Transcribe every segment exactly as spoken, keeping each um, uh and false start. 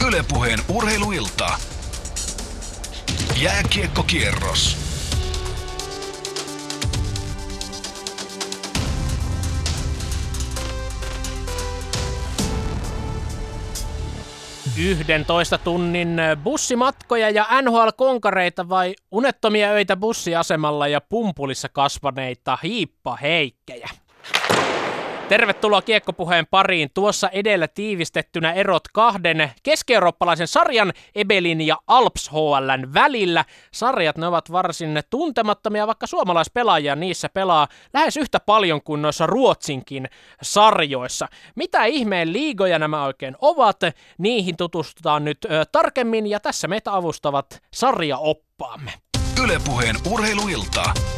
Yle Puheen urheiluilta. Jääkiekkokierros. yhdentoista tunnin bussimatkoja ja N H L-konkareita vai unettomia öitä bussiasemalla ja pumpulissa kasvaneita hiippaheikkejä? Tervetuloa Kiekkopuheen pariin. Tuossa edellä tiivistettynä erot kahden keski-eurooppalaisen sarjan Ebelin ja Alps H L:n välillä. Sarjat ne ovat varsin tuntemattomia, vaikka suomalaispelaajia niissä pelaa lähes yhtä paljon kuin noissa Ruotsinkin sarjoissa. Mitä ihmeen liigoja nämä oikein ovat? Niihin tutustutaan nyt ö, tarkemmin ja tässä meitä avustavat sarjaoppaamme. Yle Puheen urheiluilta.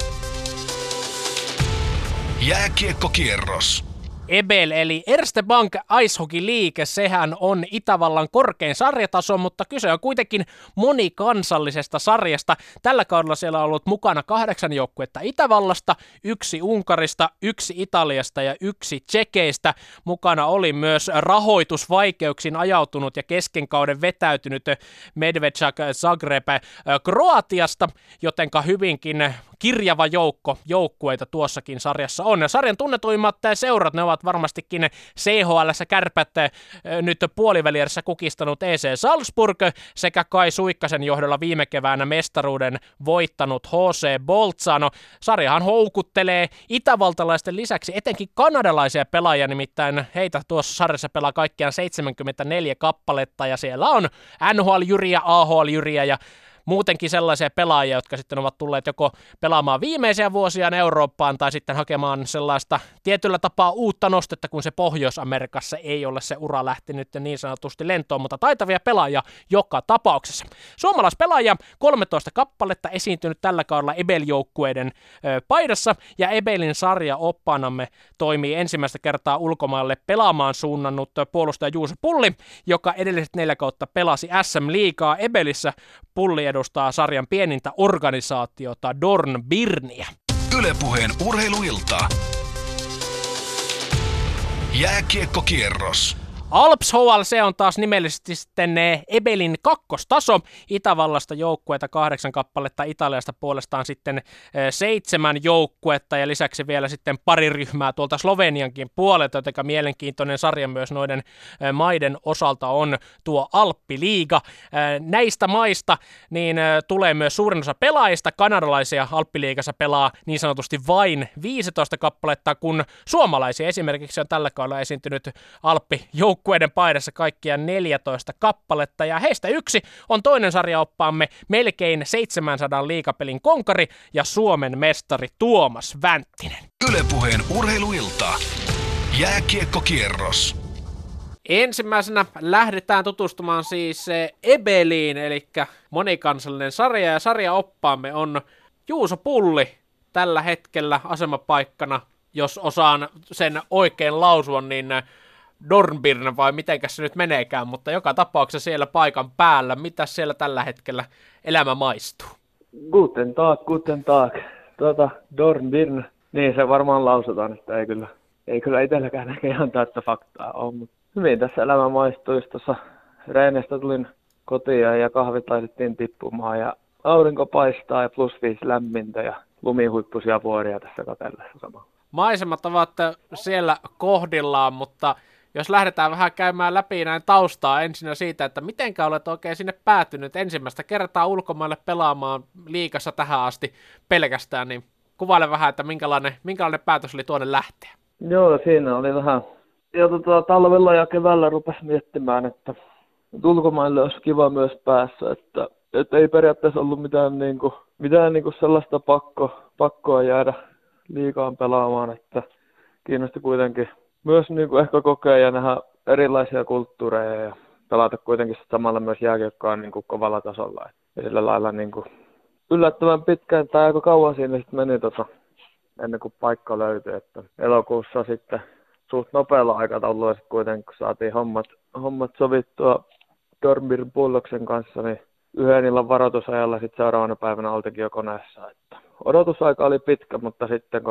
Jääkiekkokierros. Ebel eli Erste Bank Ice Hockey League, sehän on Itävallan korkein sarjataso, mutta kyse on kuitenkin monikansallisesta sarjasta. Tällä kaudella siellä on ollut mukana kahdeksan joukkuetta Itävallasta, yksi Unkarista, yksi Italiasta ja yksi Tšekeistä. Mukana oli myös rahoitusvaikeuksiin ajautunut ja kesken kauden vetäytynyt Medvečak Zagreb Kroatiasta, jotenka hyvinkin kirjava joukko joukkueita tuossakin sarjassa on. Ja sarjan tunnetuimmat seurat, ne ovat varmastikin C H L:ssä Kärpät nyt puolivälierässä kukistanut E C Salzburg sekä Kai Suikkasen johdolla viime keväänä mestaruuden voittanut H C Bolzano. Sarjahan houkuttelee itävaltalaisten lisäksi etenkin kanadalaisia pelaajia, nimittäin heitä tuossa sarjassa pelaa kaikkiaan seitsemänkymmentäneljä kappaletta ja siellä on N H L-jyriä, A H L-jyriä ja muutenkin sellaisia pelaajia, jotka sitten ovat tulleet joko pelaamaan viimeisiä vuosiaan Eurooppaan tai sitten hakemaan sellaista tietyllä tapaa uutta nostetta, kun se Pohjois-Amerikassa ei ole se ura lähtenyt niin sanotusti lentoon, mutta taitavia pelaajia joka tapauksessa. Suomalaispelaajia kolmetoista kappaletta esiintynyt tällä kaudella Ebel-joukkueiden ö, paidassa ja Ebelin sarja oppaanamme toimii ensimmäistä kertaa ulkomaille pelaamaan suunnannut puolustaja Juuso Pulli, joka edelliset neljä kautta pelasi S M-liigaa Ebelissä. Pulli edustaa sarjan pienintä organisaatiota Dornbirniä. Yle Puheen urheiluilta. Jääkiekkokierros. Alps H L, se on taas nimellisesti sitten Ebelin kakkostaso. Itävallasta joukkuetta kahdeksan kappaletta, Italiasta puolestaan sitten seitsemän joukkuetta ja lisäksi vielä sitten pari ryhmää tuolta Sloveniankin puolelta, jotenka mielenkiintoinen sarja myös noiden maiden osalta on tuo Alppiliiga. Näistä maista niin tulee myös suurin osa pelaajista. Kanadalaisia Alppiliigassa pelaa niin sanotusti vain viisitoista kappaletta, kun suomalaisia esimerkiksi on tällä kaudella esiintynyt Alppi-joukkueiden paidassa kaikkiaan neljätoista kappaletta, ja heistä yksi on toinen sarjaoppaamme, melkein seitsemänsadan liigapelin konkari ja Suomen mestari Tuomas Vänttinen. Yle Puheen urheiluilta. Jääkiekkokierros. Ensimmäisenä lähdetään tutustumaan siis Ebeliin, eli monikansallinen sarja, ja sarjaoppaamme on Juuso Pulli tällä hetkellä asemapaikkana, jos osaan sen oikein lausua, niin Dornbirn vai mitenkäs se nyt meneekään, mutta joka tapauksessa siellä paikan päällä. Mitä siellä tällä hetkellä elämä maistuu? Guten Tag, guten Tag. Tuota, Dornbirn, niin se varmaan lausutaan, että ei kyllä, ei kyllä itselläkään ehkä ihan täyttä faktaa ole, mutta hyvin tässä elämä maistuu. Just tuossa reenestä tulin kotiin ja kahvit laitettiin tippumaan ja aurinko paistaa ja plus viisi lämmintä ja lumihuippuisia vuoria tässä katsellessa samalla. Maisemat ovat siellä kohdillaan, mutta jos lähdetään vähän käymään läpi näin taustaa ensinnä siitä, että mitenkä olet oikein sinne päätynyt ensimmäistä kertaa ulkomaille pelaamaan liigassa tähän asti pelkästään, niin kuvaile vähän, että minkälainen, minkälainen päätös oli tuonne lähteä. Joo, siinä oli vähän. Ja tota, talvella ja keväällä rupesi miettimään, että ulkomaille olisi kiva myös päässä, että, että ei periaatteessa ollut mitään, niin kuin, mitään niin kuin sellaista pakko, pakkoa jäädä liigaan pelaamaan, että kiinnosti kuitenkin myös niin kuin ehkä kokea ja nähdä erilaisia kulttuureja ja pelata kuitenkin samalla myös jääkiekkoa niin kuin kovalla tasolla. Ja sillä lailla niin kuin yllättävän pitkään tai aika kauan siinä sitten meni tota, ennen kuin paikka löytyi. Että elokuussa sitten suht nopealla aikataululla sitten kuitenkin, kun saatiin hommat, hommat sovittua Dornbirn Bulloksen kanssa, niin yhden illan varoitusajalla sitten seuraavana päivänä oltikin jo koneessa. Että odotusaika oli pitkä, mutta sitten kun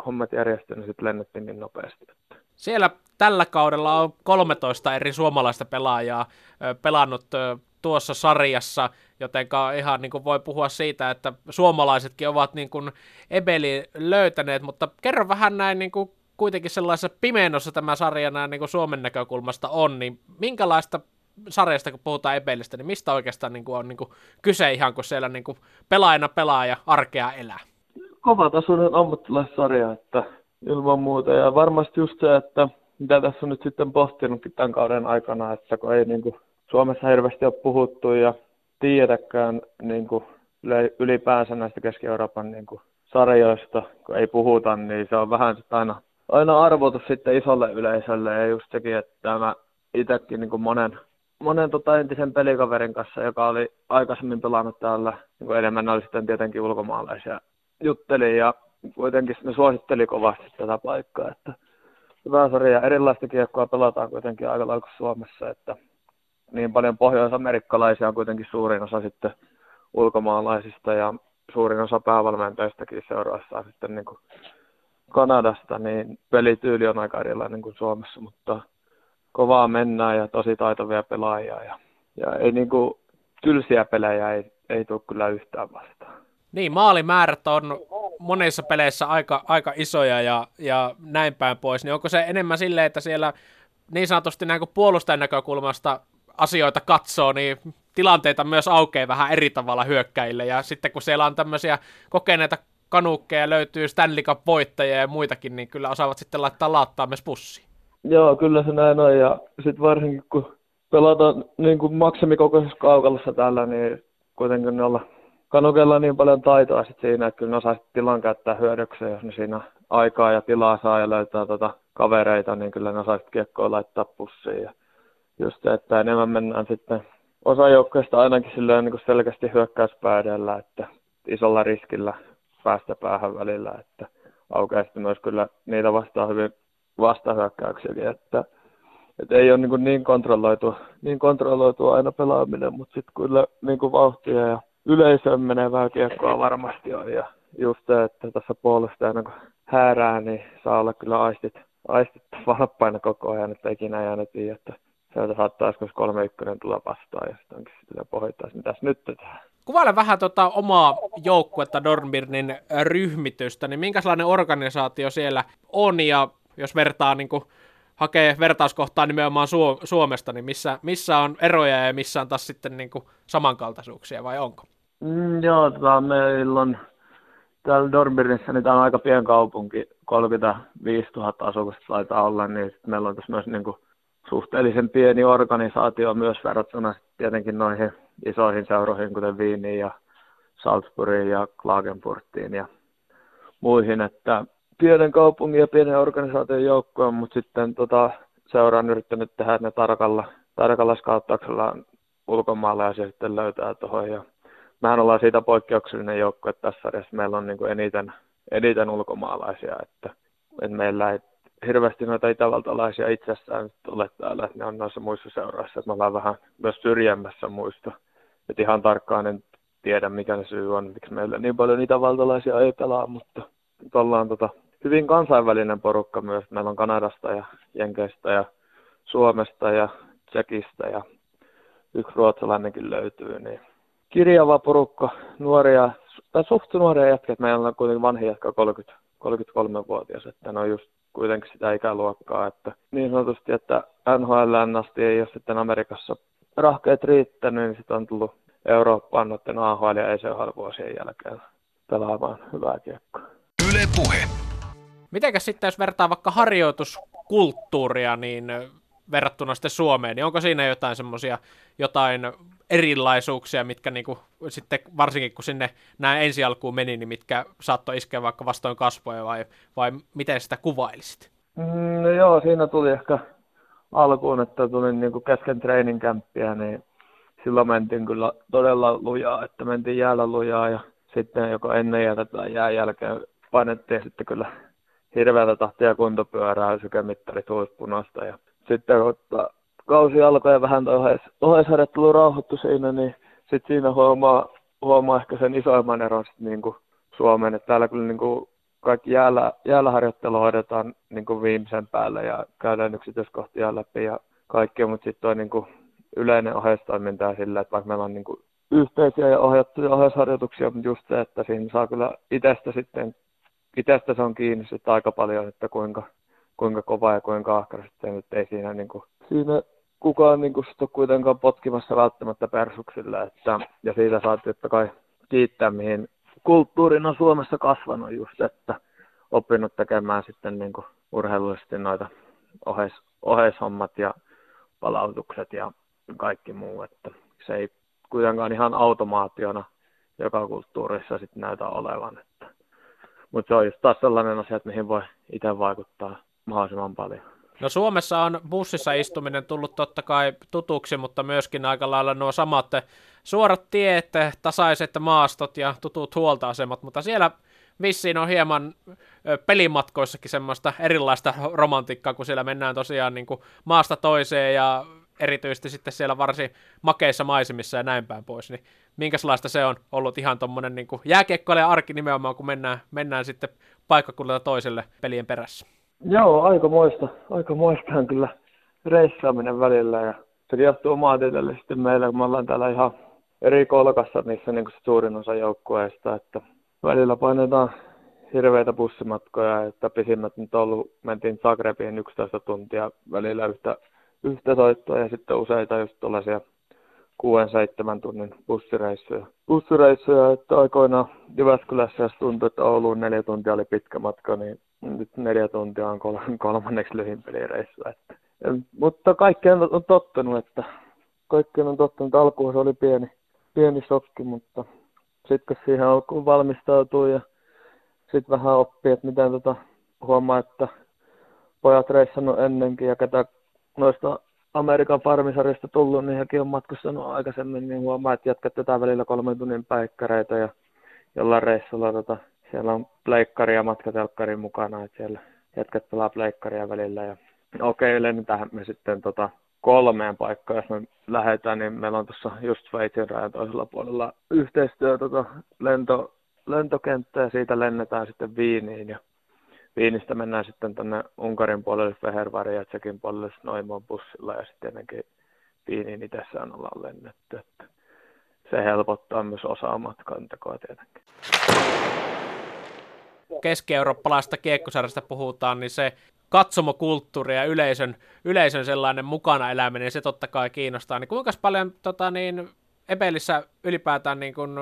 hommat järjestyi, niin sitten lennettiin niin nopeasti. Siellä tällä kaudella on kolmetoista eri suomalaista pelaajaa ö, pelannut ö, tuossa sarjassa, jotenka ihan niin kuin voi puhua siitä, että suomalaisetkin ovat niin kuin Ebeli löytäneet, mutta kerro vähän näin niin kuin kuitenkin sellaisessa pimeenossa tämä sarja näin niin kuin Suomen näkökulmasta on, niin minkälaista sarjasta, kun puhutaan Ebelistä, niin mistä oikeastaan niin kuin on niin kuin kyse ihan, kun siellä niin kuin pelaajana pelaa ja arkea elää? Kovatasoinen ammattilaissarja, että ilman muuta. Ja varmasti just se, että mitä tässä on nyt sitten pohtinutkin tämän kauden aikana, että kun ei niin kuin Suomessa hirveästi ole puhuttu ja tiedetäkään niin kuin ylipäänsä näistä Keski-Euroopan niin kuin sarjoista, kun ei puhuta, niin se on vähän aina, aina arvotus sitten isolle yleisölle. Ja just sekin, että mä itsekin niin kuin monen, monen tota entisen pelikaverin kanssa, joka oli aikaisemmin pelannut täällä, niin kuin enemmän oli sitten tietenkin ulkomaalaisia, juttelin ja kuitenkin ne suositteli kovasti tätä paikkaa, että hyvä sarja. Erilaista kiekkoa pelataan kuitenkin aika lailla kuin Suomessa, että niin paljon pohjois-amerikkalaisia on kuitenkin suurin osa sitten ulkomaalaisista ja suurin osa päävalmentajistakin seuraassa sitten niin kuin Kanadasta, niin pelityyli on aika erilainen kuin Suomessa, mutta kovaa mennään ja tosi taitavia pelaajia ja, ja ei niin kuin tylsiä pelejä ei, ei tule kyllä yhtään vastaan. Niin, maalimäärät on monissa peleissä aika, aika isoja ja, ja näin päin pois, niin onko se enemmän silleen, että siellä niin sanotusti näin kuin puolustajan näkökulmasta asioita katsoo, niin tilanteita myös aukeaa vähän eri tavalla hyökkäille, ja sitten kun siellä on tämmöisiä kokeneita kanukkeja, löytyy Stanley Cup-voittajia ja muitakin, niin kyllä osaavat sitten laittaa laattaa myös pussiin. Joo, kyllä se näin on, ja sitten varsinkin kun pelataan niin kuin maksimikokoisessa kaukalossa täällä, niin kuitenkin olla kanukeilla on niin paljon taitoa sit siinä, että kyllä ne osaa tilan käyttää hyödykseen, jos ne siinä aikaa ja tilaa saa ja löytää tota kavereita, niin kyllä ne osaa kiekkoa laittaa pussiin. Ja just se, että enemmän mennään sitten osa joukkueesta ainakin silleen niin kuin selkeästi hyökkäyspäädellä, että isolla riskillä päästä päähän välillä, että aukeaa sitten myös kyllä niitä vastaan hyvin vastahyökkäyksiäkin, että, että ei ole niin, kuin niin, kontrolloitu, niin kontrolloitu aina pelaaminen, mutta sitten kyllä niin kuin vauhtia ja yleisöön menevää kiekkoa varmasti on, ja just se, että tässä puolustajana kun häärää, niin saa olla kyllä aistit, aistit valppaina koko ajan, että ikinä jää ne tiedä, että sieltä saattaa joskus kolme ykkönen tulla vastaan, ja sitten onkin sitä pohditaan, mitäs nyt tehdään. Kuvaile vähän tota omaa joukkuetta Dornbirnin ryhmitystä, niin minkälainen organisaatio siellä on, ja jos vertaa niin kuin hakee vertauskohtaa nimenomaan Suomesta, niin missä, missä on eroja ja missä on taas sitten niin kuin samankaltaisuuksia, vai onko? Mm, joo, tota, meillä on täällä Dornbirnissä, niin tämä on aika pieni kaupunki, kolmekymmentäviisituhatta asukasta taitaa olla, niin meillä on tässä myös niin kuin suhteellisen pieni organisaatio myös verrattuna tietenkin noihin isoihin seuroihin, kuten Wieniin ja Salzburgiin ja Klagenfurtiin ja muihin, että pienen kaupungin ja pienen organisaation joukkoon, mutta sitten tota, seura on yrittänyt tehdä ne tarkalla, tarkalla skauttauksella ulkomaalaisia sitten löytää tuohon. Ja mehän ollaan siitä poikkeuksellinen joukkue tässä sarjassa. Meillä on niin kuin eniten, eniten ulkomaalaisia, että, että meillä ei hirveästi noita itävaltalaisia itsessään ole täällä, että ne on noissa muissa seuroissa, että me ollaan vähän myös syrjemmässä muista. Että ihan tarkkaan en tiedä, mikä se syy on, miksi meillä niin paljon itävaltalaisia ei pelaa, mutta ollaan tota hyvin kansainvälinen porukka myös. Meillä on Kanadasta ja Jenkeistä ja Suomesta ja Tsekistä ja yksi ruotsalainenkin löytyy. Niin kirjava porukka, nuoria, tai suht nuoria jätkiä. Meillä on kuitenkin vanhin jätkä kolmekymmentä, kolmekymmentäkolmevuotias, että ne on just kuitenkin sitä ikäluokkaa. Että niin sanotusti, että N H L:n asti ei ole sitten Amerikassa rahkeet riittänyt, niin sitten on tullut Eurooppaan noiden A H L ja E C H L-vuosien jälkeen pelaamaan hyvää kiekkoa. Yle Puhe. Mitenkäs sitten, jos vertaa vaikka harjoituskulttuuria, niin verrattuna sitten Suomeen, niin onko siinä jotain semmoisia jotain erilaisuuksia, mitkä niinku, sitten varsinkin kun sinne näin ensi alkuun meni, niin mitkä saattoi iskeä vaikka vastoin kasvoja, vai, vai miten sitä kuvailisit? No joo, siinä tuli ehkä alkuun, että tulin niinku kesken treeninkämppiä, niin silloin mentiin kyllä todella lujaa, että mentiin jäällä lujaa ja sitten joko ennen jäätä tai jään jälkeen painettiin sitten kyllä hirveätä tahtia kuntopyörää, sykemittarit huispunasta. Ja sitten kun kausi alkoi ja vähän oheisharjoittelu rauhoittui siinä, niin sitten siinä huomaa, huomaa ehkä sen isoimman eron niin kuin Suomeen. Että täällä kyllä niin kuin kaikki jäällä, jäällä harjoittelu hoidetaan niin kuin viimeisen päälle ja käydään yksityiskohtia läpi ja kaikkea, mutta sitten on niin kuin yleinen oheistoiminta ja sillä, että vaikka meillä on niin kuin yhteisiä ja ohjattuja oheisharjoituksia, mutta just se, että siinä saa kyllä itsestä sitten, itsestä se on kiinni sitten aika paljon, että kuinka, kuinka kova ja kuinka ahkera sitten, että ei siinä, niin kuin, siinä kukaan niin kuin sit ole kuitenkaan potkimassa välttämättä persuksilla, että, ja siitä saa totta kai kiittää, mihin kulttuurin on Suomessa kasvanut just, että oppinut tekemään sitten niin kuin urheilullisesti noita oheis, oheishommat ja palautukset ja kaikki muu, että se ei kuitenkaan ihan automaationa joka kulttuurissa sitten näytä olevan. Että. Mutta se on just taas sellainen asia, että mihin voi itse vaikuttaa mahdollisimman paljon. No Suomessa on bussissa istuminen tullut totta kai tutuksi, mutta myöskin aika lailla nuo samat suorat tiet, tasaiset maastot ja tutut huoltoasemat, mutta siellä vissiin on hieman pelimatkoissakin semmoista erilaista romantiikkaa, kun siellä mennään tosiaan niin kuin maasta toiseen ja erityisesti sitten siellä varsin makeissa maisemissa ja näin päin pois, niin minkälaista se on ollut ihan tommonen niin kuin jääkiekkoilija arki nimenomaan, kun mennään, mennään sitten paikkakunnalta toiselle pelien perässä? Joo, aikamoista. Aikamoista kyllä reissaaminen välillä ja se johtuu maantieteellisesti meillä, kun me ollaan täällä ihan eri kolkassa, missä niin kuin se suurin osa joukkueista, että välillä painetaan hirveitä bussimatkoja, että pisimmät nyt on ollut, mentiin Zagrebiin yksitoista tuntia välillä yhtä, yhtä soittoa ja sitten useita just tuollaisia kuuden seitsemän tunnin bussireissuja. Bussireissuja, että aikoinaan Jyväskylässä jos tuntui, että Ouluun neljä tuntia oli pitkä matka, niin nyt neljä tuntia on kol- kolmanneksi lyhin pelireissu. Että. Mutta kaikkeen on tottunut, että kaikkeen on tottunut. Alkuun se oli pieni, pieni shokki, mutta sitten kun siihen alkuun valmistautuu ja sitten vähän oppii, että miten tota, huomaa, että pojat reissannut ennenkin ja ketä noista Amerikan farmisarjasta tullut, niin hekin on matkustanut aikaisemmin, niin huomaa, että jatketaan välillä kolmen tunnin päikkäreitä ja jollain reissulla tota, siellä on pleikkari ja matkatelkkari mukana, että siellä jätkät pelaa pleikkaria välillä. Ja okei, lennetään me sitten tota kolmeen paikkaan, jos me lähdetään, niin meillä on tuossa just Sveitsin rajan toisella puolella yhteistyö tota, lento, lentokenttä ja siitä lennetään sitten Viiniin. Ja Viinistä mennään sitten tänne Unkarin puolelle Fehervari ja Tsekin puolelle Noimon bussilla ja sitten ennenkin Viiniin itsessään ollaan lennetty. Että se helpottaa myös osaa matkantekoa tietenkin. Keski-eurooppalaista kiekkosarjasta puhutaan, niin se katsomokulttuuri ja yleisön, yleisön sellainen mukana eläminen, se totta kai kiinnostaa. Niin kuinka paljon tota, niin, Ebelissä ylipäätään niin kun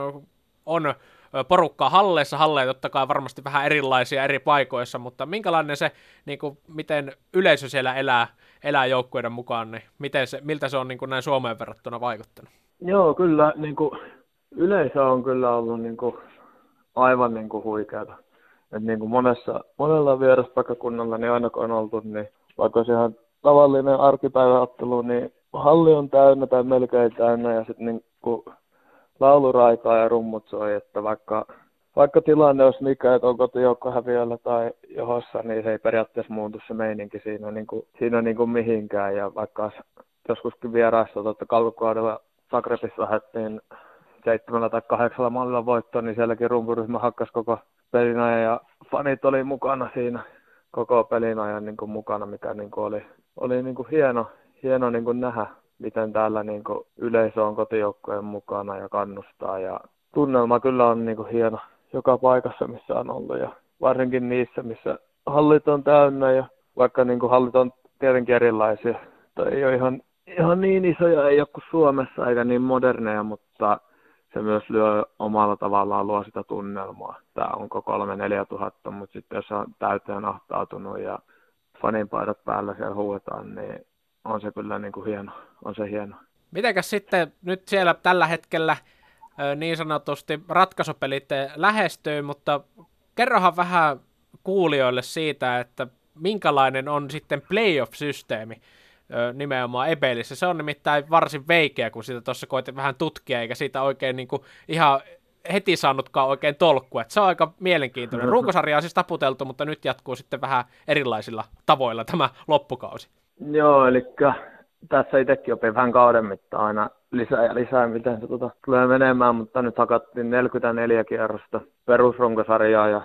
on porukkaa halleissa, halleja totta kai varmasti vähän erilaisia eri paikoissa, mutta minkälainen se, niin kuin, miten yleisö siellä elää, elää joukkueiden mukaan, niin miten se, miltä se on niin kuin näin Suomeen verrattuna vaikuttanut? Joo, kyllä niin kuin, yleisö on kyllä ollut niin kuin, aivan niin kuin, huikeata. Et, niin kuin monessa, monella vieraspaikkakunnalla, niin aina kun on oltu, niin vaikka se ihan tavallinen arkipäiväottelu, niin halli on täynnä tai melkein täynnä ja sitten niin kuin, lauluraikaa ja rummut soi, että vaikka, vaikka tilanne olisi mikä, että on kotijoukko häviöllä tai johossa, niin se ei periaatteessa muutu se meininki siinä, niin kuin, siinä niin kuin mihinkään. Ja vaikka joskuskin vieraissa totta kalkukaudella Zagrebissa lähdettiin seitsemällä tai kahdeksalla maalilla voittoon, niin sielläkin rumpuryhmä hakkasi koko pelinajan ja fanit oli mukana siinä koko pelinajan niin kuin mukana, mikä niin kuin oli, oli niin kuin hieno, hieno niin kuin nähdä, miten täällä niin kuin yleisö on kotijoukkojen mukana ja kannustaa. Ja tunnelma kyllä on niin kuin hieno joka paikassa, missä on ollut. Ja varsinkin niissä, missä hallit on täynnä. Ja vaikka niin kuin hallit on tietenkin erilaisia. Tai ei ole ihan, ihan niin isoja, ei ole kuin Suomessa eikä niin moderneja, mutta se myös lyö omalla tavallaan luo sitä tunnelmaa. Tämä onko kolme neljä tuhatta, mutta sitten jos on täyteen ahtautunut ja faninpaidat päällä siellä huuetaan, niin on se kyllä niin kuin hieno, on se hieno. Mitenkäs sitten nyt siellä tällä hetkellä niin sanotusti ratkaisupelit lähestyy, mutta kerrohan vähän kuulijoille siitä, että minkälainen on sitten playoff-systeemi nimenomaan Ebelissä. Se on nimittäin varsin veikeä, kun sitä tuossa koitin vähän tutkia, eikä siitä oikein niin kuin ihan heti saanutkaan oikein tolkkua. Se on aika mielenkiintoinen. Runkosarja on siis taputeltu, mutta nyt jatkuu sitten vähän erilaisilla tavoilla tämä loppukausi. Joo, eli tässä itsekin opin vähän kauden mittaan aina lisää ja lisää, miten se tota tulee menemään, mutta nyt hakattiin neljäkymmentäneljä kierrosta perusrunkosarjaa ja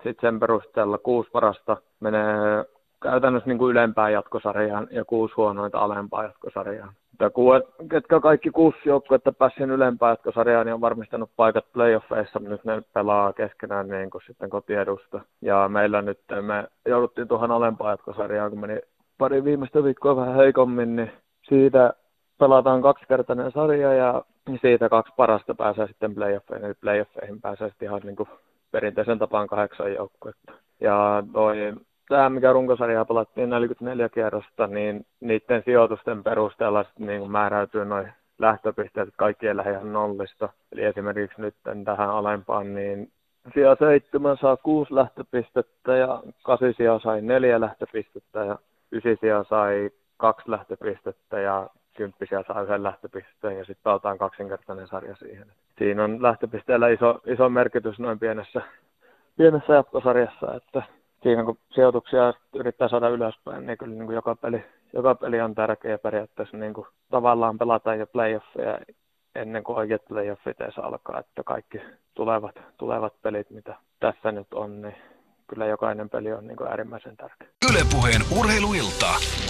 sitten sen perusteella kuusi parasta menee käytännössä niin kuin ylempään jatkosarjaan ja kuusi huonointa alempaan jatkosarjaan. Ketkä kaikki kuusi joukkuetta pääsivät ylempään jatkosarjaan, niin on varmistanut paikat playoffeissa, nyt ne pelaa keskenään niin kuin sitten kotiedusta. Ja meillä nyt me jouduttiin tuohon alempaan jatkosarjaan, kun meni pari viimeistä viikkoa vähän heikommin, niin siitä pelataan kaksikertainen sarja ja siitä kaksi parasta pääsee sitten playoffeihin. Eli playoffeihin pääsee sitten ihan niin kuin perinteisen tapaan kahdeksan joukkuetta. Ja toi tämä, mikä runkosarjaa pelattiin neljäkymmentäneljä kierrosta, niin niiden sijoitusten perusteella niin määräytyy noin lähtöpisteet, että kaikki ei lähde ihan nollista. Eli esimerkiksi nyt tähän alempaan, niin sija seitsemän saa kuusi lähtöpistettä ja kasi sija sai neljä lähtöpistettä ja ysi sija sai kaksi lähtöpistettä ja kymppi sija saa yhden lähtöpisteen ja sitten pelataan kaksinkertainen sarja siihen. Siinä on lähtöpisteellä iso, iso merkitys noin pienessä, pienessä jatkosarjassa, että siinä kun sijoituksia yrittää saada ylöspäin, niin kyllä niin kuin joka, peli, joka peli on tärkeä periaatteessa. Niin kuin tavallaan pelataan jo playoffeja ennen kuin oikeat playoffit edes alkaa, että kaikki tulevat, tulevat pelit, mitä tässä nyt on, niin kyllä jokainen peli on niin kuin äärimmäisen tärkeä. Yle Puheen urheiluilta.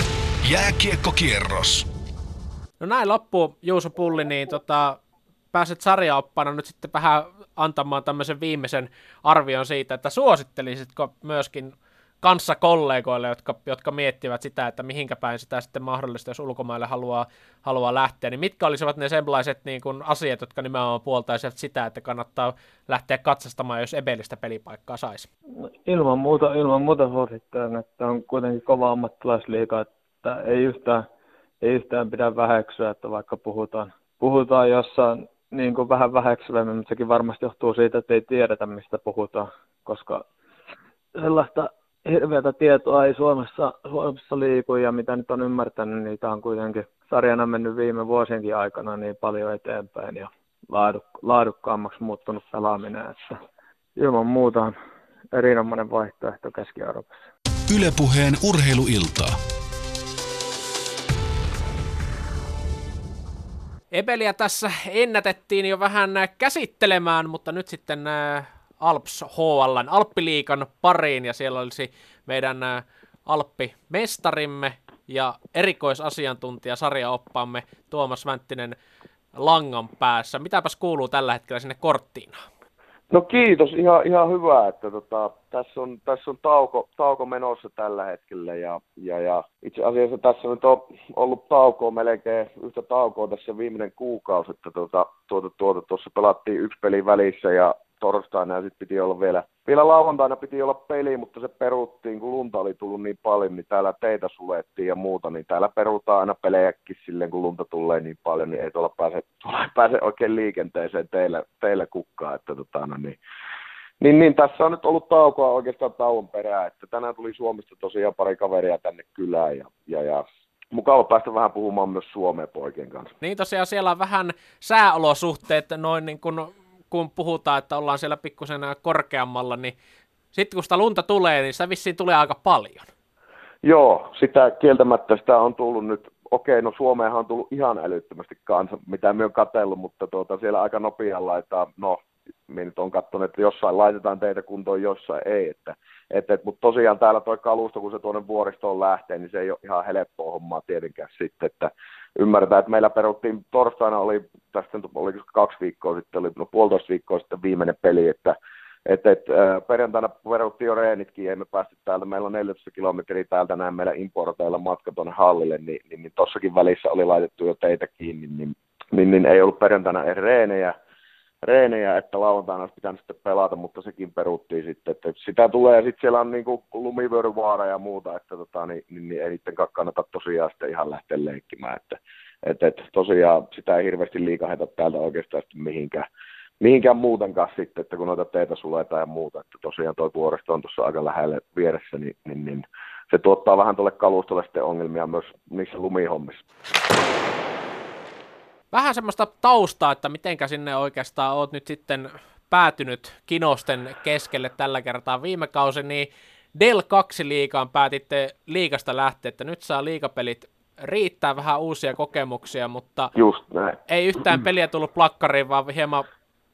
Jääkiekkokierros. No näin loppuu Juuso Pulli, niin tota, pääset sarjaoppana nyt sitten vähän antamaan tämmöisen viimeisen arvion siitä, että suosittelisitko myöskin kanssakollegoille, jotka, jotka miettivät sitä, että mihinkä päin sitä sitten mahdollista, jos ulkomaille haluaa, haluaa lähteä, niin mitkä olisivat ne sellaiset niin kuin asiat, jotka nimenomaan puoltaisivat sitä, että kannattaa lähteä katsastamaan, jos Ebelistä pelipaikkaa saisi? No, ilman muuta, ilman muuta suosittelen, että on kuitenkin kova ammattilaisliiga, että ei yhtään, ei yhtään pidä väheksyä, että vaikka puhutaan, puhutaan jossain niin kuin vähän väheksyvämmin, mutta sekin varmasti johtuu siitä, että ei tiedetä, mistä puhutaan, koska sellaista hirveätä tietoa ei Suomessa, Suomessa liiku, ja mitä nyt on ymmärtänyt, niitä on kuitenkin sarjana mennyt viime vuosienkin aikana niin paljon eteenpäin, ja laaduk, laadukkaammaksi muuttunut pelaaminen, että ilman muuta on erinomainen vaihtoehto Keski-Euroopassa. Yle Puheen urheiluilta. Ebeliä tässä ennätettiin jo vähän käsittelemään, mutta nyt sitten Alps H L:n Alppiliigan pariin, ja siellä olisi meidän Alppimestarimme ja erikoisasiantuntija sarjaoppaamme Tuomas Vänttinen langan päässä. Mitäpäs kuuluu tällä hetkellä sinne Cortinaan? No kiitos, ihan, ihan hyvä, että tota, tässä on, tässä on tauko, tauko menossa tällä hetkellä ja, ja, ja itse asiassa tässä nyt on ollut taukoa melkein yhtä taukoa tässä viimeinen kuukausi, että tuota, tuota, tuota, tuossa pelattiin yksi peli välissä ja torstaina ja sitten piti olla vielä, vielä lauantaina piti olla peli, mutta se peruttiin, kun lunta oli tullut niin paljon, niin täällä teitä sulettiin ja muuta, niin täällä perutaan aina pelejäkin silleen, kun lunta tulee niin paljon, niin ei tuolla pääse, pääse oikein liikenteeseen teille, teille kukkaan, että tota, no niin. Niin, niin, tässä on nyt ollut taukoa oikeastaan tauon perään, että tänään tuli Suomesta tosiaan pari kaveria tänne kylään ja, ja, ja mukava päästä vähän puhumaan myös Suomeen poikien kanssa. Niin tosiaan siellä on vähän sääolosuhteet noin niin kuin kun puhutaan, että ollaan siellä pikkusen korkeammalla, niin sitten kun sitä lunta tulee, niin sitä vissiin tulee aika paljon. Joo, sitä kieltämättä sitä on tullut nyt, okei, no Suomeenhan on tullut ihan älyttömästi kanssa, mitä me on katsellut, mutta tuota, siellä aika nopealla laitetaan, no, minä nyt on katsonut, että jossain laitetaan teitä kuntoon, jossain ei, että, että, mutta tosiaan täällä tuo kalusto, kun se tuonne vuoristoon lähtee, niin se ei ole ihan helppoa hommaa tietenkään sitten, että ymmärretään, että meillä peruttiin, torstaina oli, tästä oli kaksi viikkoa sitten, oli no puolitoista viikkoa sitten viimeinen peli, että et, et, äh, perjantaina peruttiin jo reenitkin, ei me päästy täältä, meillä on neljätoista kilometriä täältä näin meillä importeilla matka tuonne hallille, niin, niin, niin tossakin välissä oli laitettu jo teitä kiinni, niin, niin, niin ei ollut perjantaina edes reenejä, reenejä, että lauantaina olisi pitänyt sitten pelata, mutta sekin peruttiin sitten, että sitä tulee, ja sitten siellä on niin kuin lumivyöryvaara ja muuta, että tota, niin, niin, niin ei niiden kannata tosiaan sitten ihan lähteä leikkimään, että et, et, tosiaan sitä ei hirveästi liikaheta täältä oikeastaan sitten mihinkään, mihinkään muutenkaan sitten, että kun noita teitä suletaan ja muuta, että tosiaan tuo vuoristo on tuossa aika lähellä vieressä, niin, niin, niin se tuottaa vähän tuolle kalustolle sitten ongelmia myös niissä lumihommissa. Vähän semmoista taustaa, että mitenkä sinne oikeastaan oot nyt sitten päätynyt kinosten keskelle tällä kertaa viime kausi, niin Del kaksi liigaan päätitte liigasta lähteä, että nyt saa liigapelit riittää, vähän uusia kokemuksia, mutta just näin. Ei yhtään peliä tullut plakkariin, vaan hieman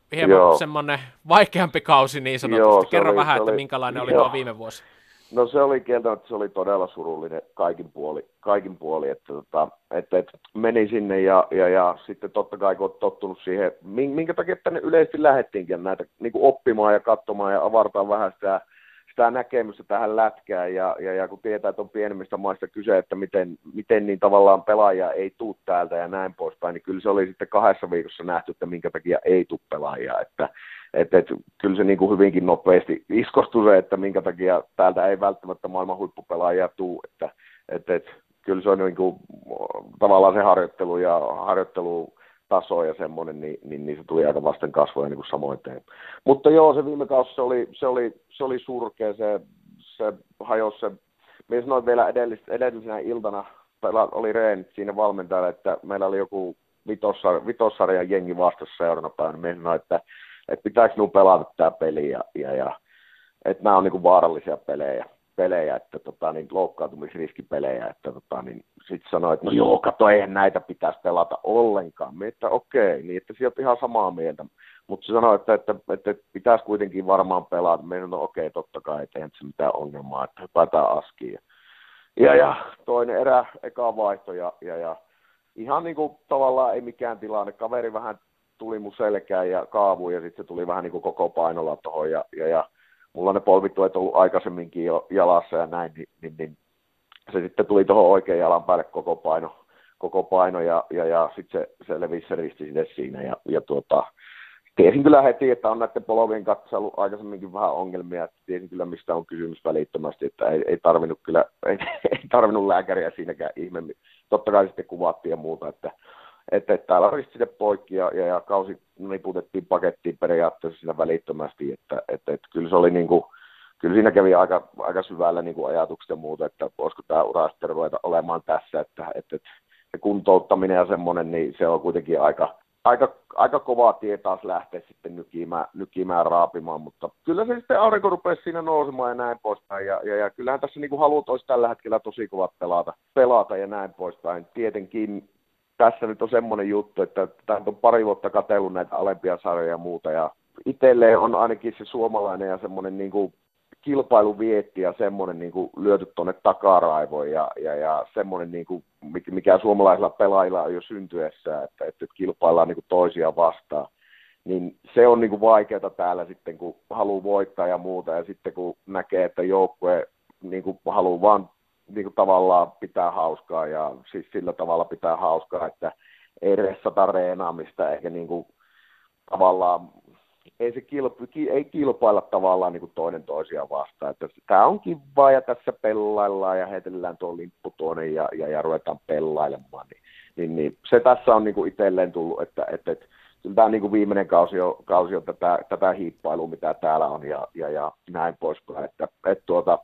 hieman semmoinen vaikeampi kausi niin sanotusti. Joo, Kerro oli, vähän, että oli, minkälainen oli joo. tuo viime vuosi. No se oli kieltämättä, se oli todella surullinen kaikin puoli, kaikin puoli että, tota, että, että meni sinne ja, ja, ja sitten totta kai kun olet tottunut siihen, minkä takia tänne yleisesti lähdettiinkin näitä niin kuin oppimaan ja katsomaan ja avartaa vähän sitä, sitä näkemystä tähän lätkään ja, ja, ja kun tietää, että on pienemmistä maista kyse, että miten, miten niin tavallaan pelaajia ei tule täältä ja näin poispäin, niin kyllä se oli sitten kahdessa viikossa nähty, että minkä takia ei tule pelaajia, että että et, kyllä se niin kuin hyvinkin nopeasti iskostui se, että minkä takia täältä ei välttämättä maailman huippupelaajia tule, että et, et, kyllä se on niin kuin, tavallaan se harjoittelu ja harjoittelutaso ja semmoinen, niin, niin, niin se tuli aika vasten kasvoja niin kuin samoin teen. Mutta joo, se viime kausi se oli, se oli, se oli surkea, se, se hajosi se, minä sanoin vielä edellis, edellisenä iltana, oli reenit siinä valmentajalle, että meillä oli joku vitossar, vitossarjan jengi vastassa seuraavana päivänä, minä sanoin, että että pitääkö minun pelata tämä peli ja, ja, ja että nämä on niinku vaarallisia pelejä, pelejä että tota, niin loukkaantumisriskipelejä, että tota, niin sitten sanoi, että no joo, kato, eihän näitä pitäisi pelata ollenkaan. Mie, että okei, niin että sieltä ihan samaa mieltä, mutta se sanoi, että, että, että, että pitäisi kuitenkin varmaan pelata. Me no okei, totta kai, että eihän se mitään ongelmaa, että hypätään askiin. Ja, ja toinen erä, eka vaihto ja, ja, ja ihan niin kuin tavallaan ei mikään tilanne, kaveri vähän tuli mun selkään ja kaavuun ja sitten se tuli vähän niin kuin koko painolla tuohon ja, ja, ja mulla ne polvituet ollut aikaisemminkin jo jalassa ja näin, niin, niin, niin se sitten tuli tuohon oikean jalan päälle koko paino, koko paino ja, ja, ja sitten se, se levisi se risti sitten siinä ja, ja tuota, tiesin kyllä heti, että on näiden polvien kanssa ollut aikaisemminkin vähän ongelmia, että tiesin kyllä mistä on kysymys välittömästi, että ei, ei tarvinnut kyllä, ei, ei tarvinnut lääkäriä siinäkään ihmeemmin, totta kai sitten kuvattiin ja muuta, että Että, että täällä oli sitten poikki ja, ja, ja kausi niputettiin pakettiin periaatteessa siinä välittömästi, että, että, että kyllä se oli niin kuin, kyllä siinä kävi aika, aika syvällä niin kuin ajatukset ja muuta, että voisiko tämä ura sitten ruveta olemaan tässä, että, että, että se kuntouttaminen ja semmoinen, niin se on kuitenkin aika, aika, aika kova tie taas lähteä sitten nykimään, nykimään raapimaan, mutta kyllä se sitten aurinko rupesi siinä nousemaan ja näin poispäin, ja, ja, ja kyllähän tässä niin kuin halut olisi tällä hetkellä tosi kovat pelata, pelata ja näin poispäin, tietenkin. Tässä nyt on semmoinen juttu, että tämä on pari vuotta katsellut näitä alempia sarjoja ja muuta, ja itselleen on ainakin se suomalainen ja semmoinen niin kuin kilpailuvietti ja semmoinen niin kuin lyöty tuonne takaraivoon, ja, ja, ja semmoinen, niin kuin, mikä suomalaisilla pelaajilla on jo syntyessä, että, että kilpaillaan niin kuin toisia vastaan, niin se on niin kuin vaikeaa täällä sitten, kun haluaa voittaa ja muuta, ja sitten kun näkee, että joukkue niin kuin haluaa vaan niin kuin tavallaan pitää hauskaa ja siis sillä tavalla pitää hauskaa, että ei ressata reenaamista eikä niin kuin tavallaan, ei, se kilp, ei kilpailla tavallaan niin kuin toinen toisia vastaan. Että tämä on kivaa ja tässä pellaillaan ja heitellään tuo limppu tuonne ja, ja, ja ruvetaan pellailemaan. Niin, niin, niin se tässä on niin kuin itselleen tullut, että, että, että kyllä tämä niin kuin viimeinen kausi on, kausi on tätä, tätä hiippailua, mitä täällä on ja, ja, ja näin poispäin. Että, että tuota,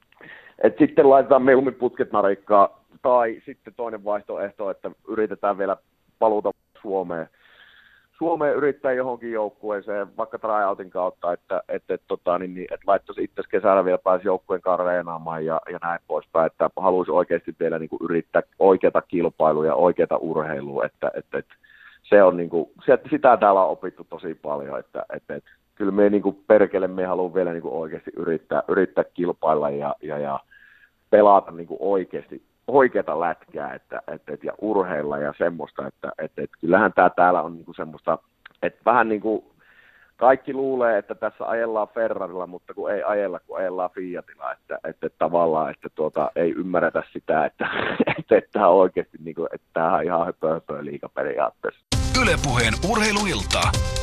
Et sitten laitetaan mieluummin putket narikkaa, tai sitten toinen vaihtoehto, että yritetään vielä paluuta Suomeen. Suomeen yrittää johonkin joukkueeseen, vaikka tryoutin kautta, että, että, että, tota, niin, että laittaisi itse kesällä vielä pääsi joukkueen kanssa reenaamaan ja, ja näin poispäin, että haluaisi oikeasti vielä niin kuin yrittää oikeata kilpailua ja oikeata urheilua, että, että, että se on niin kuin, sitä täällä on opittu tosi paljon, että, että, että kyllä me niin kuin perkele, me haluamme vielä niin kuin oikeasti yrittää, yrittää kilpailla ja, ja, ja pelata niin kuin oikeasti oikeata lätkää että, että, että, ja urheilla ja semmoista, että, että, että kyllähän tämä täällä on niin kuin semmoista, että vähän niin kuin kaikki luulee, että tässä ajellaan Ferrarilla, mutta kun ei ajella, kun ajellaan Fiatilla, että, että, että tavallaan että tuota, ei ymmärretä sitä, että, että, että tämä on oikeasti niin kuin, että tämä on ihan höpö, höpö liiga periaatteessa. Yle Puheen urheiluilta.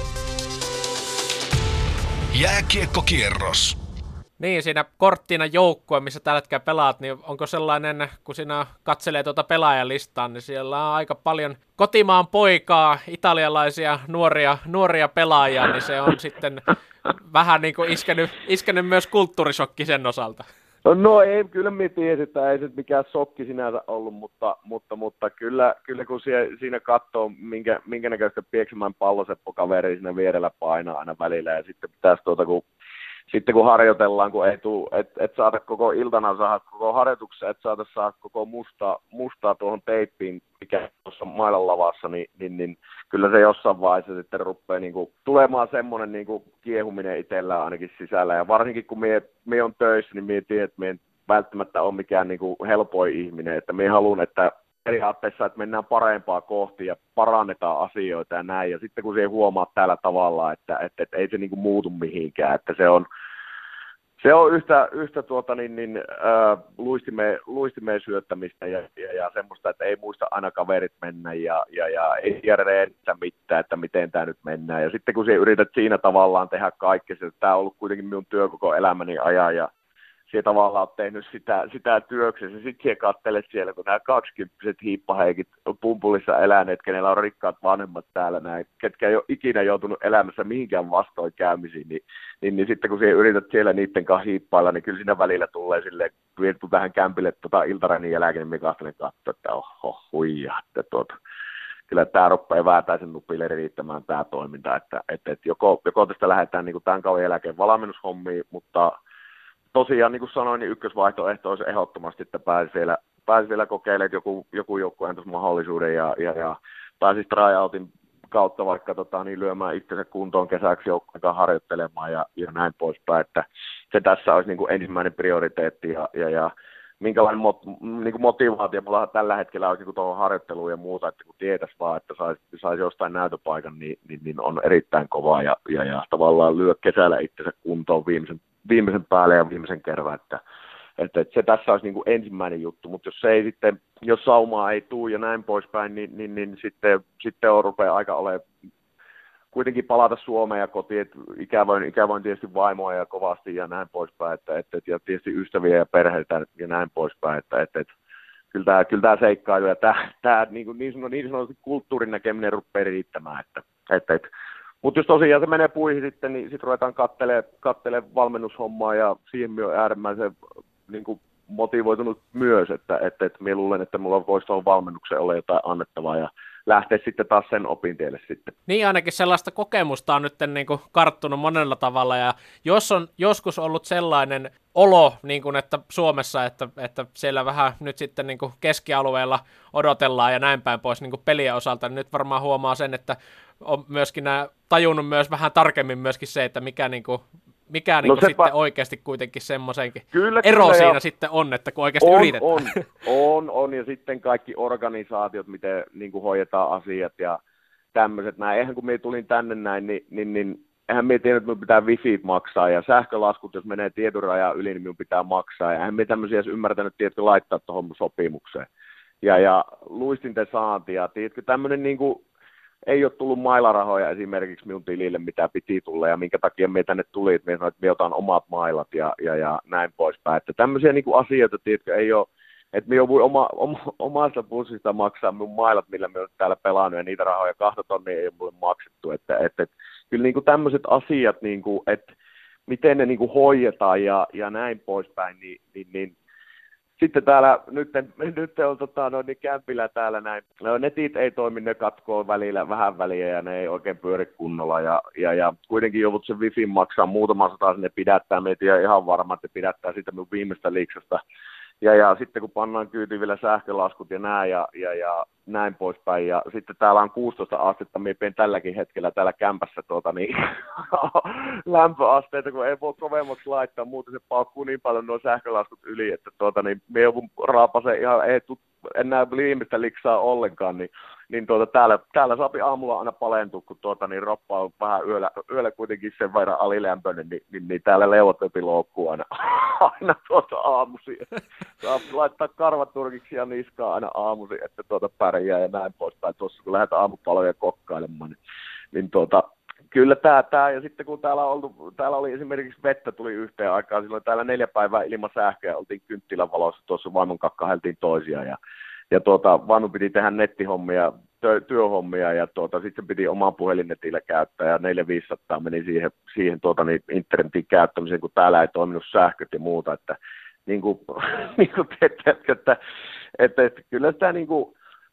Jääkiekkokierros. Niin, siinä korttina joukkue, missä tällä hetkellä pelaat, niin onko sellainen, kun sinä katselee tuota pelaajalistaa, niin siellä on aika paljon kotimaan poikaa, italialaisia nuoria, nuoria pelaajia, niin se on sitten vähän niin kuin iskenyt, iskenyt myös kulttuurisokki sen osalta. No ei, kyllä minä tiesin, että ei se mikään sokki sinänsä ollut, mutta, mutta, mutta kyllä, kyllä kun sie, siinä katsoo, minkä, minkä näköistä pieksemään palloseppokaveria siinä vierellä painaa aina välillä, ja sitten pitäisi tuota, kun sitten kun harjoitellaan, kun ei tuu, et, et saada koko iltana saada koko harjoituksessa, et saada saada koko mustaa, mustaa tuohon teippiin, mikä tuossa mailan lavassa, niin, niin, niin kyllä se jossain vaiheessa sitten rupeaa niin kuin, tulemaan semmoinen niin kuin kiehuminen itsellään ainakin sisällä. Ja varsinkin kun mie, mie on töissä, niin mie tiedän, että mie en välttämättä ole mikään niin kuin helpoin ihminen. Että mie haluan, että periaatteessa, että mennään parempaa kohti ja parannetaan asioita ja näin. Ja sitten kun se ei huomaa täällä tavalla, että, että, että ei se niin kuin muutu mihinkään, että se on, se on yhtä, yhtä tuota, niin, niin, äh, luistimeen, luistimeen syöttämistä ja, ja, ja semmoista, että ei muista aina kaverit mennä ja, ja, ja ei tiedä mitään, että miten tämä nyt mennään. Ja sitten kun sinä yrität siinä tavallaan tehdä kaikkea, että tämä on ollut kuitenkin minun työ koko elämäni ajan ja sinä tavallaan olet tehnyt sitä, sitä työksessä. Sitten sinä katselet siellä, kun nämä kaksikymppiset hiippaheikit on pumpulissa eläneet, kenellä on rikkaat vanhemmat täällä näin, ketkä ei ole ikinä joutunut elämässä mihinkään vastoinkäymisiin, niin, niin, niin sitten kun sinä yrität siellä niiden kanssa hiippailla, niin kyllä siinä välillä tulee silleen, kun vietu tähän kämpille tota iltarenin jälkeen, niin minä kahtelen katsoa, että oho, huijaa, että tuota, kyllä tämä rupeaa väätäisen nupille riittämään tämä toiminta, että, että, että joko, joko tästä lähdetään niin kuin tämän kauan jälkeen valmennushommiin, mutta tosiaan, niin kuin sanoin, niin ykkösvaihtoehto olisi ehdottomasti, että pääsi vielä, pääsi vielä kokeilemaan, että joku, joku joukkue antaisi mahdollisuuden ja, ja, ja pääsisi tryoutin kautta vaikka tota, niin lyömään itsensä kuntoon kesäksi joukkueen harjoittelemaan ja, ja näin poispäin, että se tässä olisi niin kuin ensimmäinen prioriteetti ja, ja, ja minkälainen mot, niin kuin motivaatio mulla tällä hetkellä olisi niin tuohon harjoitteluun ja muuta, että kun tietäisi vaan, että saisi, saisi jostain näytöpaikan, niin, niin, niin on erittäin kova ja, ja, ja tavallaan lyö kesällä itsensä kuntoon viimeisen viimeisen päälle ja viimeisen kerran, että, että, että se tässä olisi niin kuin ensimmäinen juttu, mutta jos se ei sitten, jos saumaa ei tule ja näin poispäin, niin, niin, niin sitten, sitten on rupeaa aika olemaan kuitenkin palata Suomeen ja kotiin, että ikävoin, ikävoin tietysti vaimoa ja kovasti ja näin poispäin, että, että, ja tietysti ystäviä ja perheitä ja näin poispäin, että, että, että kyllä tämä, kyllä tämä seikkailu ja tämä, tämä niin, kuin niin, sanotusti, niin sanotusti kulttuurin näkeminen rupeaa riittämään, että, että, että mutta jos tosiaan se menee puihin sitten, niin sitten ruvetaan katselemaan kattele valmennushommaa ja siihen minä olen äärimmäisen niin kuin motivoitunut myös, että, että, että minä luulen, että minulla voisi tuohon valmennukseen olla jotain annettavaa ja lähteä sitten taas sen opintielle sitten. Niin ainakin sellaista kokemusta on nyt niin kuin karttunut monella tavalla ja jos on joskus ollut sellainen olo, niin kuin että Suomessa, että, että siellä vähän nyt sitten niin kuin keskialueella odotellaan ja näin päin pois niin kuin pelien osalta, niin nyt varmaan huomaa sen, että on myöskin nämä, tajunnut myös vähän tarkemmin myöskin se, että mikä, niin kuin, mikä niin kuin no sitten pa- oikeasti kuitenkin semmoisenkin kyllä, ero kyllä, siinä ja sitten on, että kun oikeasti on, yritetään. On, on, on, ja sitten kaikki organisaatiot, miten niin kuin hoidetaan asiat ja tämmöiset näin. Eihän kun minä tulin tänne näin, niin, niin, niin eihän minä tiedä, että minun pitää wifi maksaa ja sähkölaskut, jos menee tietyn rajan yli, niin minun pitää maksaa. Ja eihän minä tämmöisiä edes ymmärtänyt, tiedätkö, laittaa tuohon sopimukseen. Ja, ja luistinten saanti ja tiedätkö, tämmöinen niin kuin ei ole tullut mailarahoja esimerkiksi minun tilille, mitä piti tulla ja minkä takia me tänne tuli, että me sanoin, että me otan omat mailat ja, ja, ja näin poispäin. Että tämmöisiä niin kuin asioita, tiedätkö, ei ole, että me voi oma, oma, omasta pussista maksaa minun mailat, millä me olen täällä pelannut ja niitä rahoja kahta tonnia ei ole mulle maksettu. Että, että, että kyllä niin kuin tämmöiset asiat, niin kuin, että miten ne niin kuin hoidetaan ja, ja näin poispäin, niin, niin, niin sitten täällä, nyt, nyt on tota, no, niin kämpillä täällä näin, no, netit ei toimi, ne katkoo välillä vähän väliä ja ne ei oikein pyöri kunnolla ja, ja, ja kuitenkin joudut sen wifin maksaa muutama sata sinne pidättää, me ei tiedä ihan varma, että pidättää sitä minun viimeistä liiksasta. Ja, ja sitten kun pannaan kyytiin vielä sähkölaskut ja näin ja, ja, ja näin poispäin. Ja sitten täällä on kuusitoista astetta, minä pidän tälläkin hetkellä täällä kämpässä tuota, niin, lämpöasteita, kun ei voi kovemmaksi laittaa, muuten se paukkuu niin paljon nuo sähkölaskut yli, että tuota, niin, minä joudun raapaseen ihan, ei tu, enää viimeistä liksaa ollenkaan, niin, niin tuota, täällä, täällä saapi aamulla aina palentua, kun tuota, niin roppa on vähän yöllä, yöllä kuitenkin sen verran alilämpöinen, niin, niin, niin täällä leuat vepi loukkuu aina, aina tuota aamuisin. Saa laittaa karvat turkiksi ja niskaa aina aamuisin, että tuota pärjää ja näin poispäin. Tuossa kun lähdetään aamupaloja kokkailemaan, niin, niin tuota, kyllä tämä, tämä, ja sitten kun täällä, on ollut, täällä oli esimerkiksi vettä tuli yhteen aikaan, silloin täällä neljä päivää ilman sähköä, oltiin kynttilän valossa, tuossa vaimon kanssa kahdeltiin toisiaan, ja, ja tuota, vaimo piti tehdä nettihommia, työ, työhommia, ja tuota, sitten piti oman puhelinnetillä käyttää, ja neljä viisisataa meni siihen, siihen tuota, niin internetin käyttämiseen, kun täällä ei toiminut sähköt ja muuta, että niin kuin, niin kuin teet, että, että, että, että kyllä sitä niin kuin,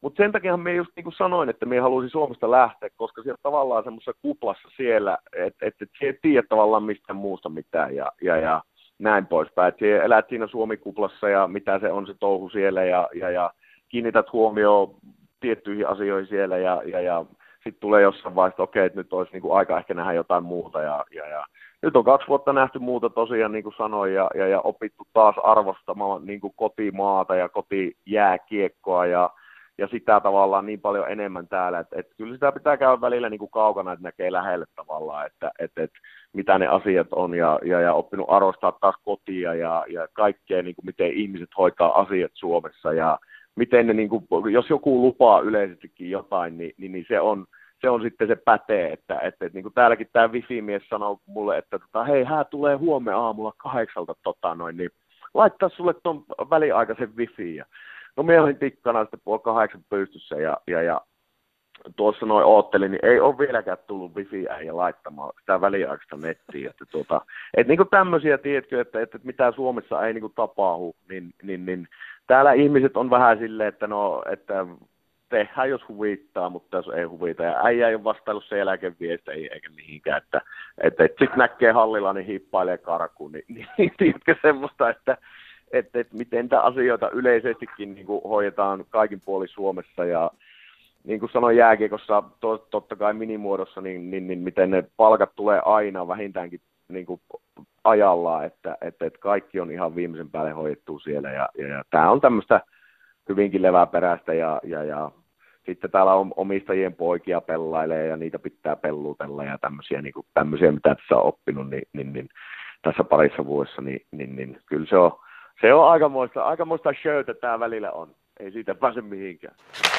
Mutta sen takia me just niin kuin sanoin, että me haluaisin Suomesta lähteä, koska siellä tavallaan semmoisessa kuplassa siellä, että et, et et et tiedä tavallaan mistään muusta mitään ja, ja, ja näin poispäin. Että elät siinä Suomi-kuplassa ja mitä se on se touhu siellä ja, ja, ja kiinnität huomioon tiettyihin asioihin siellä ja, ja, ja sitten tulee jossain vaiheessa, että okei, että nyt olisi niin kuin aika ehkä nähdä jotain muuta ja, ja, ja nyt on kaksi vuotta nähty muuta tosiaan, niin kuin sanoin, ja, ja, ja opittu taas arvostamaan niin kuin kotimaata ja kotijääkiekkoa ja, ja sitä tavallaan niin paljon enemmän täällä, että, että kyllä sitä pitää käydä välillä niin kuin kaukana, että näkee lähelle tavallaan, että, että, että mitä ne asiat on ja, ja, ja oppinut arvostaa taas kotia ja, ja kaikkea, niin kuin miten ihmiset hoitaa asiat Suomessa ja miten ne, niin kuin, jos joku lupaa yleisestikin jotain, niin, niin, niin se on se on sitten se pätee, että, että, että niin kuin täälläkin tämä wifi-mies sanoi mulle, että tota, hei, hän tulee huomenna aamulla kahdeksalta, tota, noin, niin laittaa sulle tuon väliaikaisen wifi. Ja, no minä olin tikkana sitten puoli kahdeksan pystyssä ja, ja, ja tuossa noin oottelin, niin ei ole vieläkään tullut wifi-äijä laittamaan sitä väliaikaista nettiä. Että, tuota, että niin kuin tämmöisiä, tiedätkö, että, että mitä Suomessa ei niin kuin tapahdu, niin, niin, niin täällä ihmiset on vähän silleen, että no, että tehdään, jos huvittaa, mutta jos ei huvita. Ja äijä ei ole vastaillut sen jälkeen viesti, ei eikä mihinkään. Että, että, että sitten näkee hallilla, niin hiippailee karkuun. Niin, niin tiedätkö semmoista, että, että, että miten niitä asioita yleisestikin niin kuin hoidetaan kaikin puolin Suomessa. Ja niin kuin sanoin jääkiekossa, to, totta kai minimuodossa, niin, niin, niin miten ne palkat tulee aina vähintäänkin niin kuin ajallaan. Että, että, että kaikki on ihan viimeisen päälle hoidettu siellä. Ja, ja, ja tämä on tämmöistä hyvinkin leväperäistä ja, ja, ja sitten täällä on omistajien poikia pellailee ja niitä pitää pelluutella ja tämmöisiä, niin kuin, tämmöisiä mitä tässä on oppinut niin, niin, niin, tässä parissa vuodessa, niin, niin, niin kyllä se on, se on aikamoista, aikamoista showta tämä välillä on, ei siitä pääse mihinkään.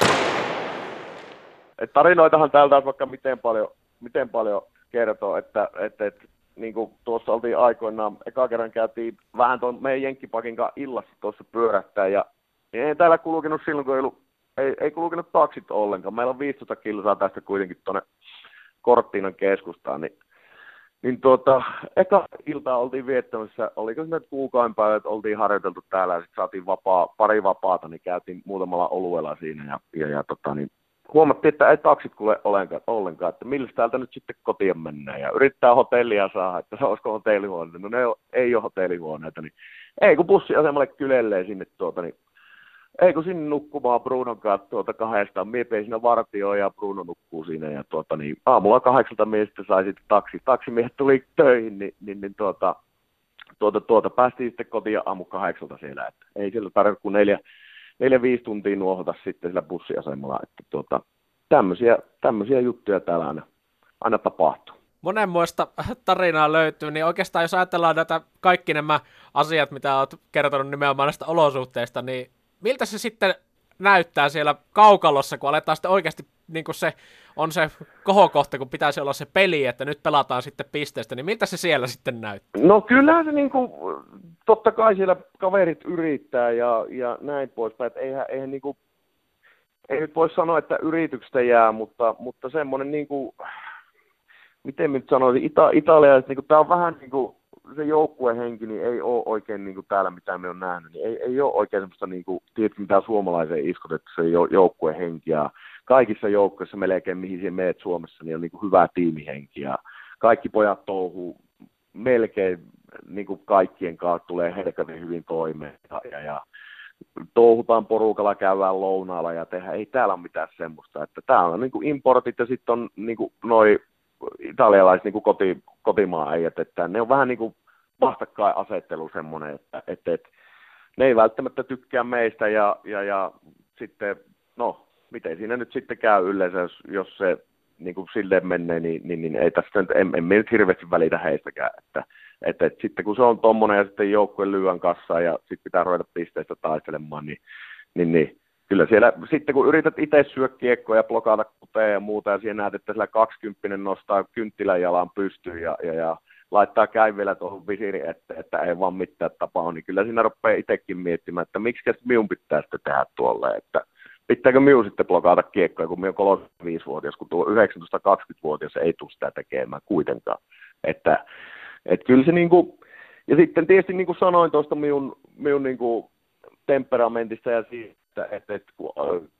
Et tarinoitahan täältä olisi vaikka miten paljon, miten paljon kertoo, että, että, että niin kuin tuossa oltiin aikoinaan, eka kerran käytiin vähän tuon meidän jenkkipakin kanssa illassa tuossa pyörähtää ja ei täällä kulkenut silloin, kun ei, ollut, ei, ei kulkenut taksit ollenkaan. Meillä on viisitoista kilsaa tästä kuitenkin tuonne Korttiinan keskustaan. Niin, niin tuota, eka iltaa oltiin viettämässä, oliko se nyt kuukauden päivä, että oltiin harjoiteltu täällä ja sitten saatiin vapaa, pari vapaata, niin käytiin muutamalla oluella siinä. Ja, ja, ja tota, niin huomattiin, että ei taksit kuule ollenkaan, että millä täältä nyt sitten kotiin mennään. Ja yrittää hotellia saada, että se olisiko hotellihuone. No ne ei ole hotellihuoneita, niin ei kun bussiasemalle kylelleen sinne tuota, niin ei kun sinne nukkumaan Brunon kanssa tuota kahdestaan. Mie pein siinä vartioon ja Bruno nukkuu siinä. Ja tuota, niin aamulla kahdeksalta mie sitten sai sitten taksi. Taksimiehet tuli töihin, niin, niin, niin tuota, tuota, tuota, päästiin sitten kotiin aamu kahdeksalta siellä. Että ei siellä tarvitse kuin neljä, neljä viisi tuntia nuohota sitten sillä bussiasemalla. Että tuota, tämmöisiä, tämmöisiä juttuja täällä aina, aina tapahtuu. Monenmoista tarinaa löytyy, niin oikeastaan jos ajatellaan näitä kaikki nämä asiat, mitä olet kertonut nimenomaan näistä olosuhteista, niin miltä se sitten näyttää siellä kaukalossa, kun aletaan sitten oikeasti, niin kuin se on se kohokohta, kun pitäisi olla se peli, että nyt pelataan sitten pisteestä, niin miltä se siellä sitten näyttää? No kyllähän se niin kuin, totta kai siellä kaverit yrittää ja, ja näin poispäin, että eihän, eihän niin kuin, ei nyt voi sanoa, että yrityksestä jää, mutta, mutta semmoinen niin kuin, miten nyt sanoisin, Ita- italialaiset, niin tämä on vähän niin kuin se joukkuehenki, niin ei ole oikein niin kuin täällä, mitä me on nähnyt, niin ei, ei ole oikein semmoista, niin kuin, tiedätkö, mitä suomalaiseen iskotettu se joukkuehenki, ja kaikissa joukkueissa melkein, mihin siellä meet Suomessa, niin on niin kuin hyvä tiimihenki, ja kaikki pojat touhuu melkein niin kuin kaikkien kanssa tulee helkatin hyvin toimeen, ja, ja, ja touhutaan porukalla, käydään lounaalla, ja tehdään, ei täällä ole mitään semmoista, että täällä on niin kuin importit, ja sitten on niin kuin noi italialaiset niin kuin koti, kotimaan äijät, että ne on vähän niin kuin vastakkainasettelu semmoinen, että, että, että ne ei välttämättä tykkää meistä ja, ja, ja sitten, no, miten siinä nyt sitten käy yleensä, jos, jos se niin kuin silleen menee, niin, niin, niin ei tästä nyt, en, en nyt hirveästi välitä heistäkään, että, että, että sitten kun se on tommonen ja sitten joukkue lyön kassaan ja sitten pitää ruveta pisteistä taistelemaan, niin, niin, niin kyllä siellä, sitten kun yrität itse syö kiekkoa ja blokata kuteja ja muuta, ja siellä näet, että sillä kaksikymppinen nostaa kynttilän jalan pystyyn ja, ja, ja laittaa käivellä tuohon visirin, että, että ei vaan mitään tapaa, niin kyllä siinä rupeaa itsekin miettimään, että miksi minun pitää sitten tehdä tuolle, että pitääkö minun sitten blokata kiekkoja, kun minä olen kolmekymmentäviisivuotias, kun tuo yhdeksäntoista kaksikymmentävuotias ei tule sitä tekemään kuitenkaan, että, että kyllä se niin kuin, ja sitten tietysti niin kuin sanoin tuosta minun, minun niin kuin temperamentista ja siitä, että, että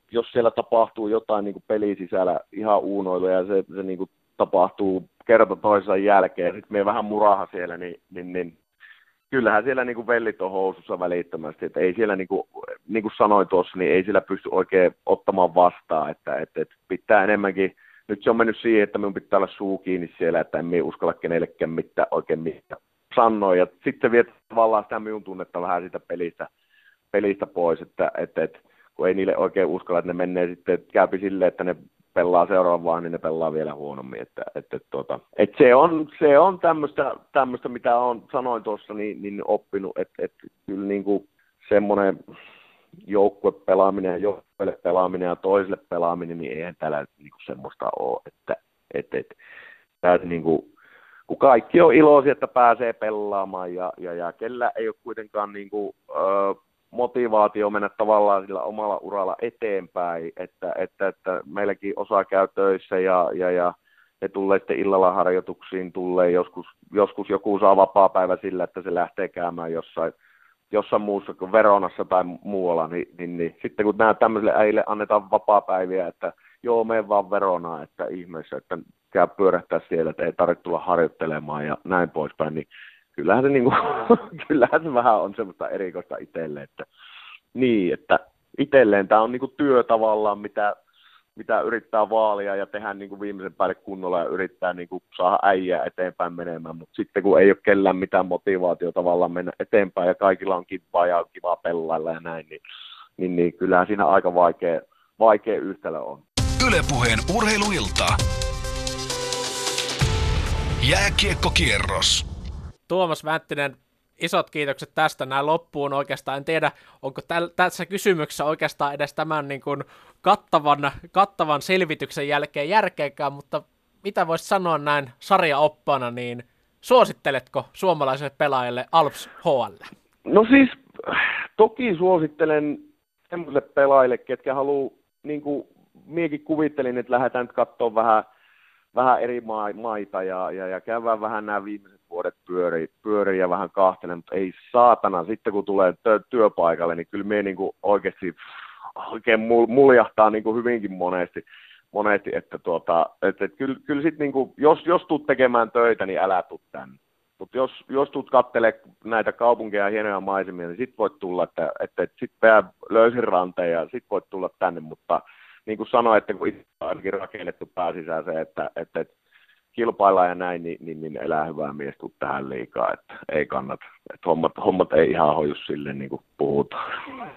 jos siellä tapahtuu jotain niin kuin pelin sisällä ihan uunoilua ja se, se niin kuin tapahtuu kerta toisensa jälkeen, sitten me vähän muraha siellä, niin, niin, niin kyllähän siellä niin kuin vellit on housussa välittömästi, että ei siellä, niin kuin, niin kuin sanoin tuossa, niin ei siellä pysty oikein ottamaan vastaan, että, että, että pitää enemmänkin, nyt se on mennyt siihen, että minun pitää olla suu kiinni siellä, että en minä uskalla kenellekään mitään oikein mitään sanoa, ja sitten vie tavallaan sitä minun tunnetta vähän siitä pelistä, pelistä pois, että, että, että kun ei niille oikein uskalla, että ne menee sitten, käypi silleen, että ne pelaa seuraavaan, niin ne pelaa vielä huonommin. Että, että, että, tuota, että se on, se on tämmöistä, tämmöistä, mitä on, sanoin tuossa, niin, niin oppinut, että, että kyllä niin kuin semmoinen joukkuepelaaminen ja joukkueelle pelaaminen ja toiselle pelaaminen, niin eihän täällä niin kuin semmoista ole. Että, että, että, että niin kuin, kun kaikki on iloisia, että pääsee pelaamaan ja, ja, ja kellä ei ole kuitenkaan niin kuin, öö, motivaatio mennä tavallaan sillä omalla uralla eteenpäin, että, että, että meilläkin osa käy töissä ja, ja, ja ne tulee sitten illalla harjoituksiin, tulee joskus, joskus joku saa vapaa-päivä sillä, että se lähtee käymään jossain, jossain muussa kuin Veronassa tai muualla, niin, niin, niin sitten kun nämä tämmöisille äijille annetaan vapaa-päiviä, että joo, mene vaan Veronaan, että ihmeessä, että käy pyörähtää siellä, että ei tarvitse tulla harjoittelemaan ja näin poispäin, niin Kyllähän se, niin kuin, kyllähän se vähän on semmoista erikoista itselleen, että niin, että itselleen tämä on niin kuin työ tavallaan, mitä, mitä yrittää vaalia ja tehdä niin kuin viimeisen päälle kunnolla ja yrittää niin kuin saada äijää eteenpäin menemään, mutta sitten kun ei ole kellään mitään motivaatiota tavallaan mennä eteenpäin ja kaikilla on kivaa ja kivaa pellailla ja näin, niin, niin, niin kyllähän siinä aika vaikea, vaikea yhtälö on. Yle Puheen urheiluilta. Jääkiekkokierros. Tuomas Mänttinen, isot kiitokset tästä näin loppuun oikeastaan. En tiedä, onko täl, tässä kysymyksessä oikeastaan edes tämän niin kuin kattavan, kattavan selvityksen jälkeen järkeäkään, mutta mitä voisit sanoa näin sarjaoppana, niin suositteletko suomalaiselle pelaajalle Alps H L? No siis toki suosittelen semmoisille pelaajille, ketkä haluaa, niin kuin minäkin kuvittelin, että lähdetään nyt katsomaan vähän, vähän eri maita ja, ja, ja käydään vähän nämä viimeiset vuodet pyörii, pyörii ja vähän kahtelen, mutta ei saatana, sitten kun tulee tö- työpaikalle, niin kyllä minä niin kuin oikeasti oikein muljahtaa niin kuin hyvinkin monesti, monesti että tuota, et, et kyllä, kyllä sit niin kuin, jos, jos tulet tekemään töitä, niin älä tuu tänne. Mutta jos, jos tulet katselemaan näitä kaupunkeja ja hienoja maisemia, niin sitten voit tulla, että, että, että sitten pää löysin ranteen ja sitten voit tulla tänne, mutta niin kuin sanoin, että kun itse ainakin rakennettu pääsisään se, että, että, että kilpaillaan ja näin, niin, niin, niin elää hyvää mies, tuu tähän liikaa, että ei kannata. Että hommat, hommat ei ihan hoju silleen, niin kuin puhutaan.